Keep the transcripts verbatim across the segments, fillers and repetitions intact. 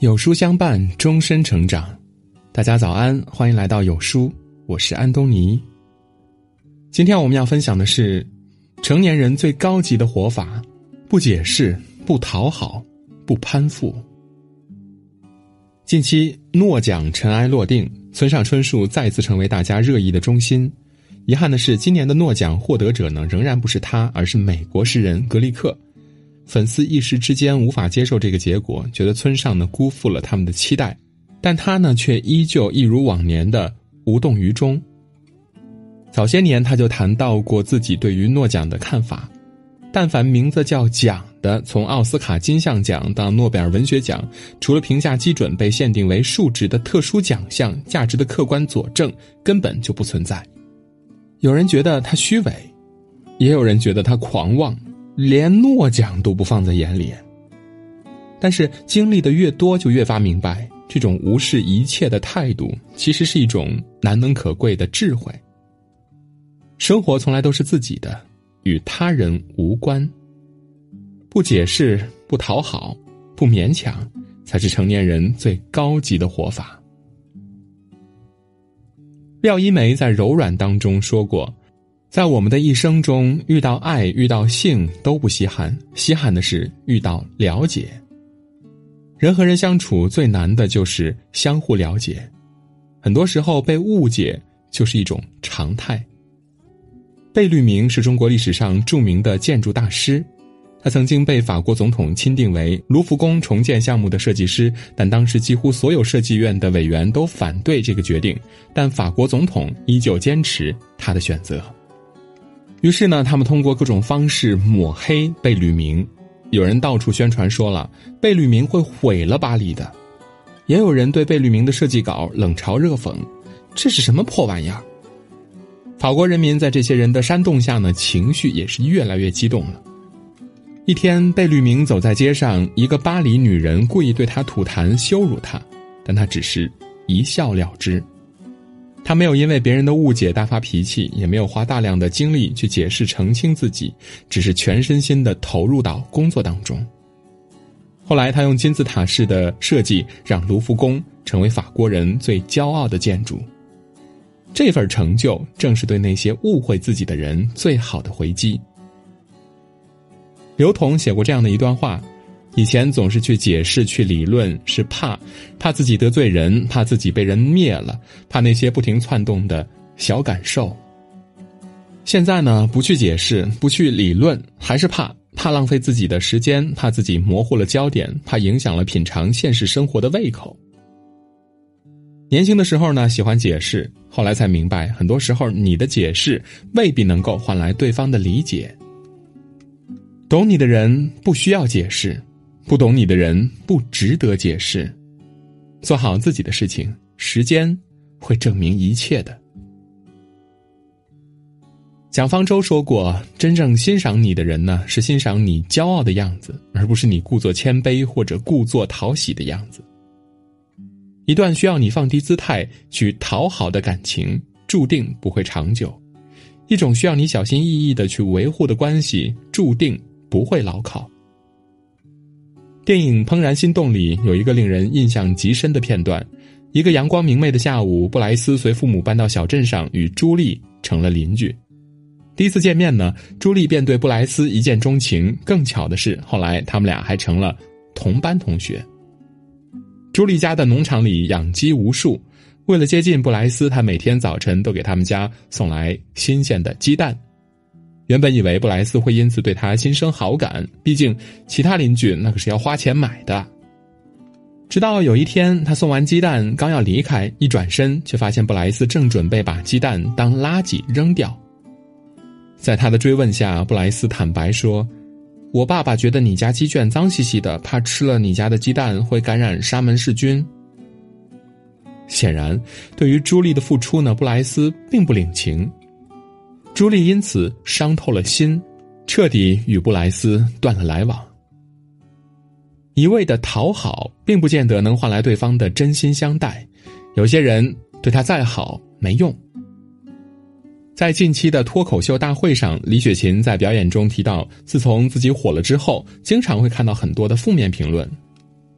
有书相伴，终身成长。大家早安，欢迎来到有书，我是安东尼。今天我们要分享的是成年人最高级的活法：不解释，不讨好，不攀附。近期诺奖尘埃落定，村上春树再次成为大家热议的中心。遗憾的是，今年的诺奖获得者呢，仍然不是他，而是美国诗人格里克。粉丝一时之间无法接受这个结果，觉得村上呢辜负了他们的期待，但他呢却依旧一如往年的无动于衷。早些年他就谈到过自己对于诺奖的看法，但凡名字叫奖的，从奥斯卡金像奖到诺贝尔文学奖，除了评价基准被限定为数值的特殊奖项，价值的客观佐证根本就不存在。有人觉得他虚伪，也有人觉得他狂妄，连诺奖都不放在眼里。但是经历的越多，就越发明白，这种无视一切的态度其实是一种难能可贵的智慧。生活从来都是自己的，与他人无关。不解释，不讨好，不勉强，才是成年人最高级的活法。廖一梅在《柔软》当中说过，在我们的一生中，遇到爱遇到性都不稀罕，稀罕的是遇到了解。人和人相处最难的就是相互了解，很多时候被误解就是一种常态。贝聿铭是中国历史上著名的建筑大师，他曾经被法国总统钦定为卢浮宫重建项目的设计师，但当时几乎所有设计院的委员都反对这个决定，但法国总统依旧坚持他的选择。于是呢，他们通过各种方式抹黑贝聿铭，有人到处宣传说了贝聿铭会毁了巴黎的，也有人对贝聿铭的设计稿冷嘲热讽，这是什么破玩意儿。法国人民在这些人的煽动下呢，情绪也是越来越激动了。一天，贝聿铭走在街上，一个巴黎女人故意对他吐痰羞辱他，但他只是一笑了之。他没有因为别人的误解大发脾气，也没有花大量的精力去解释澄清自己，只是全身心地投入到工作当中。后来他用金字塔式的设计让卢浮宫成为法国人最骄傲的建筑。这份成就正是对那些误会自己的人最好的回击。刘同写过这样的一段话，以前总是去解释去理论，是怕怕自己得罪人，怕自己被人灭了，怕那些不停窜动的小感受。现在呢，不去解释，不去理论，还是怕怕浪费自己的时间，怕自己模糊了焦点，怕影响了品尝现实生活的胃口。年轻的时候呢，喜欢解释，后来才明白，很多时候你的解释未必能够换来对方的理解。懂你的人不需要解释，不懂你的人不值得解释。做好自己的事情，时间会证明一切的。蒋方舟说过，真正欣赏你的人呢，是欣赏你骄傲的样子，而不是你故作谦卑或者故作讨喜的样子。一段需要你放低姿态去讨好的感情，注定不会长久；一种需要你小心翼翼的去维护的关系，注定不会牢靠。电影《怦然心动》里有一个令人印象极深的片段，一个阳光明媚的下午，布莱斯随父母搬到小镇上，与朱莉成了邻居。第一次见面呢，朱莉便对布莱斯一见钟情，更巧的是，后来他们俩还成了同班同学。朱莉家的农场里养鸡无数，为了接近布莱斯，他每天早晨都给他们家送来新鲜的鸡蛋。原本以为布莱斯会因此对他心生好感，毕竟其他邻居那可是要花钱买的。直到有一天，他送完鸡蛋刚要离开，一转身却发现布莱斯正准备把鸡蛋当垃圾扔掉。在他的追问下，布莱斯坦白说，我爸爸觉得你家鸡圈脏兮兮的，怕吃了你家的鸡蛋会感染沙门氏菌。显然，对于朱莉的付出呢，布莱斯并不领情。朱莉因此伤透了心，彻底与布莱斯断了来往。一味的讨好，并不见得能换来对方的真心相待。有些人对他再好没用。在近期的脱口秀大会上，李雪琴在表演中提到，自从自己火了之后，经常会看到很多的负面评论。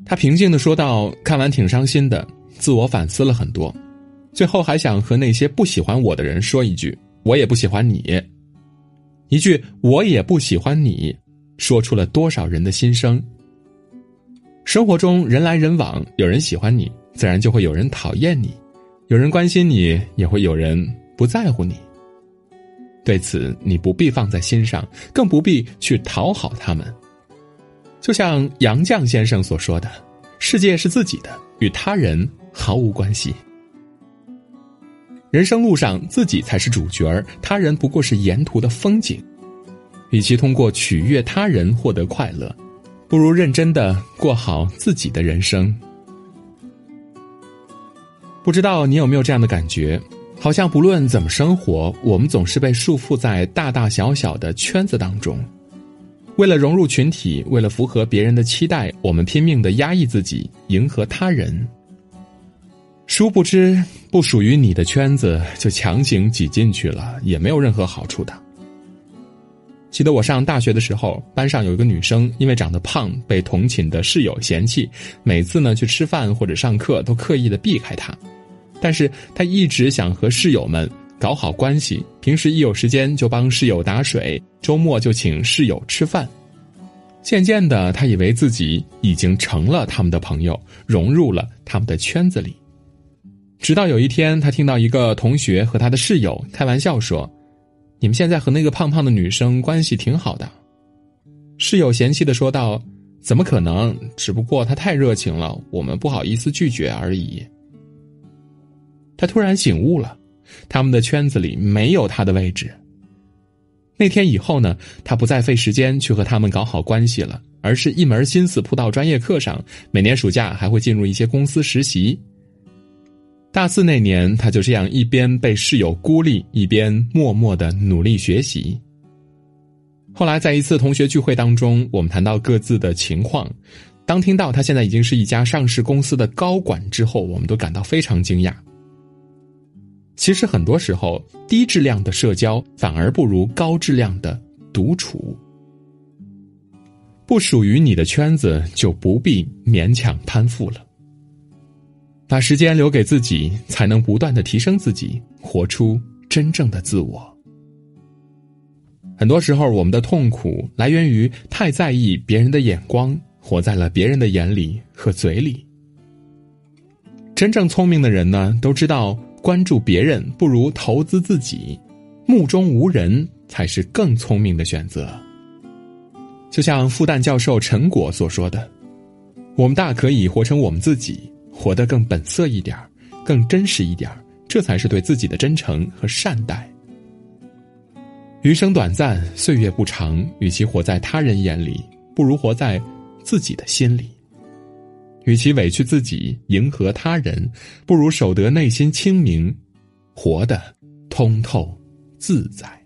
他平静地说道，看完挺伤心的，自我反思了很多，最后还想和那些不喜欢我的人说一句，我也不喜欢你。一句我也不喜欢你，说出了多少人的心声。生活中人来人往，有人喜欢你，自然就会有人讨厌你，有人关心你，也会有人不在乎你。对此你不必放在心上，更不必去讨好他们。就像杨绛先生所说的，世界是自己的，与他人毫无关系。人生路上自己才是主角，他人不过是沿途的风景。与其通过取悦他人获得快乐，不如认真地过好自己的人生。不知道你有没有这样的感觉，好像不论怎么生活，我们总是被束缚在大大小小的圈子当中。为了融入群体，为了符合别人的期待，我们拼命地压抑自己，迎合他人。殊不知，不属于你的圈子就强行挤进去了，也没有任何好处的。记得我上大学的时候，班上有一个女生，因为长得胖，被同寝的室友嫌弃，每次呢去吃饭或者上课都刻意的避开她。但是她一直想和室友们搞好关系，平时一有时间就帮室友打水，周末就请室友吃饭。渐渐的，她以为自己已经成了他们的朋友，融入了他们的圈子里。直到有一天，她听到一个同学和他的室友开玩笑说，你们现在和那个胖胖的女生关系挺好的。室友嫌弃地说道，怎么可能，只不过她太热情了，我们不好意思拒绝而已。她突然醒悟了，他们的圈子里没有她的位置。那天以后呢，她不再费时间去和他们搞好关系了，而是一门心思扑到专业课上，每年暑假还会进入一些公司实习。大四那年，他就这样一边被室友孤立，一边默默地努力学习。后来在一次同学聚会当中，我们谈到各自的情况，当听到他现在已经是一家上市公司的高管之后，我们都感到非常惊讶。其实很多时候，低质量的社交反而不如高质量的独处。不属于你的圈子，就不必勉强攀附了。把时间留给自己，才能不断地提升自己，活出真正的自我。很多时候，我们的痛苦来源于太在意别人的眼光，活在了别人的眼里和嘴里。真正聪明的人呢，都知道关注别人不如投资自己，目中无人才是更聪明的选择。就像复旦教授陈果所说的，我们大可以活成我们自己，活得更本色一点，更真实一点，这才是对自己的真诚和善待。余生短暂，岁月不长，与其活在他人眼里，不如活在自己的心里。与其委屈自己迎合他人，不如守得内心清明，活得通透自在。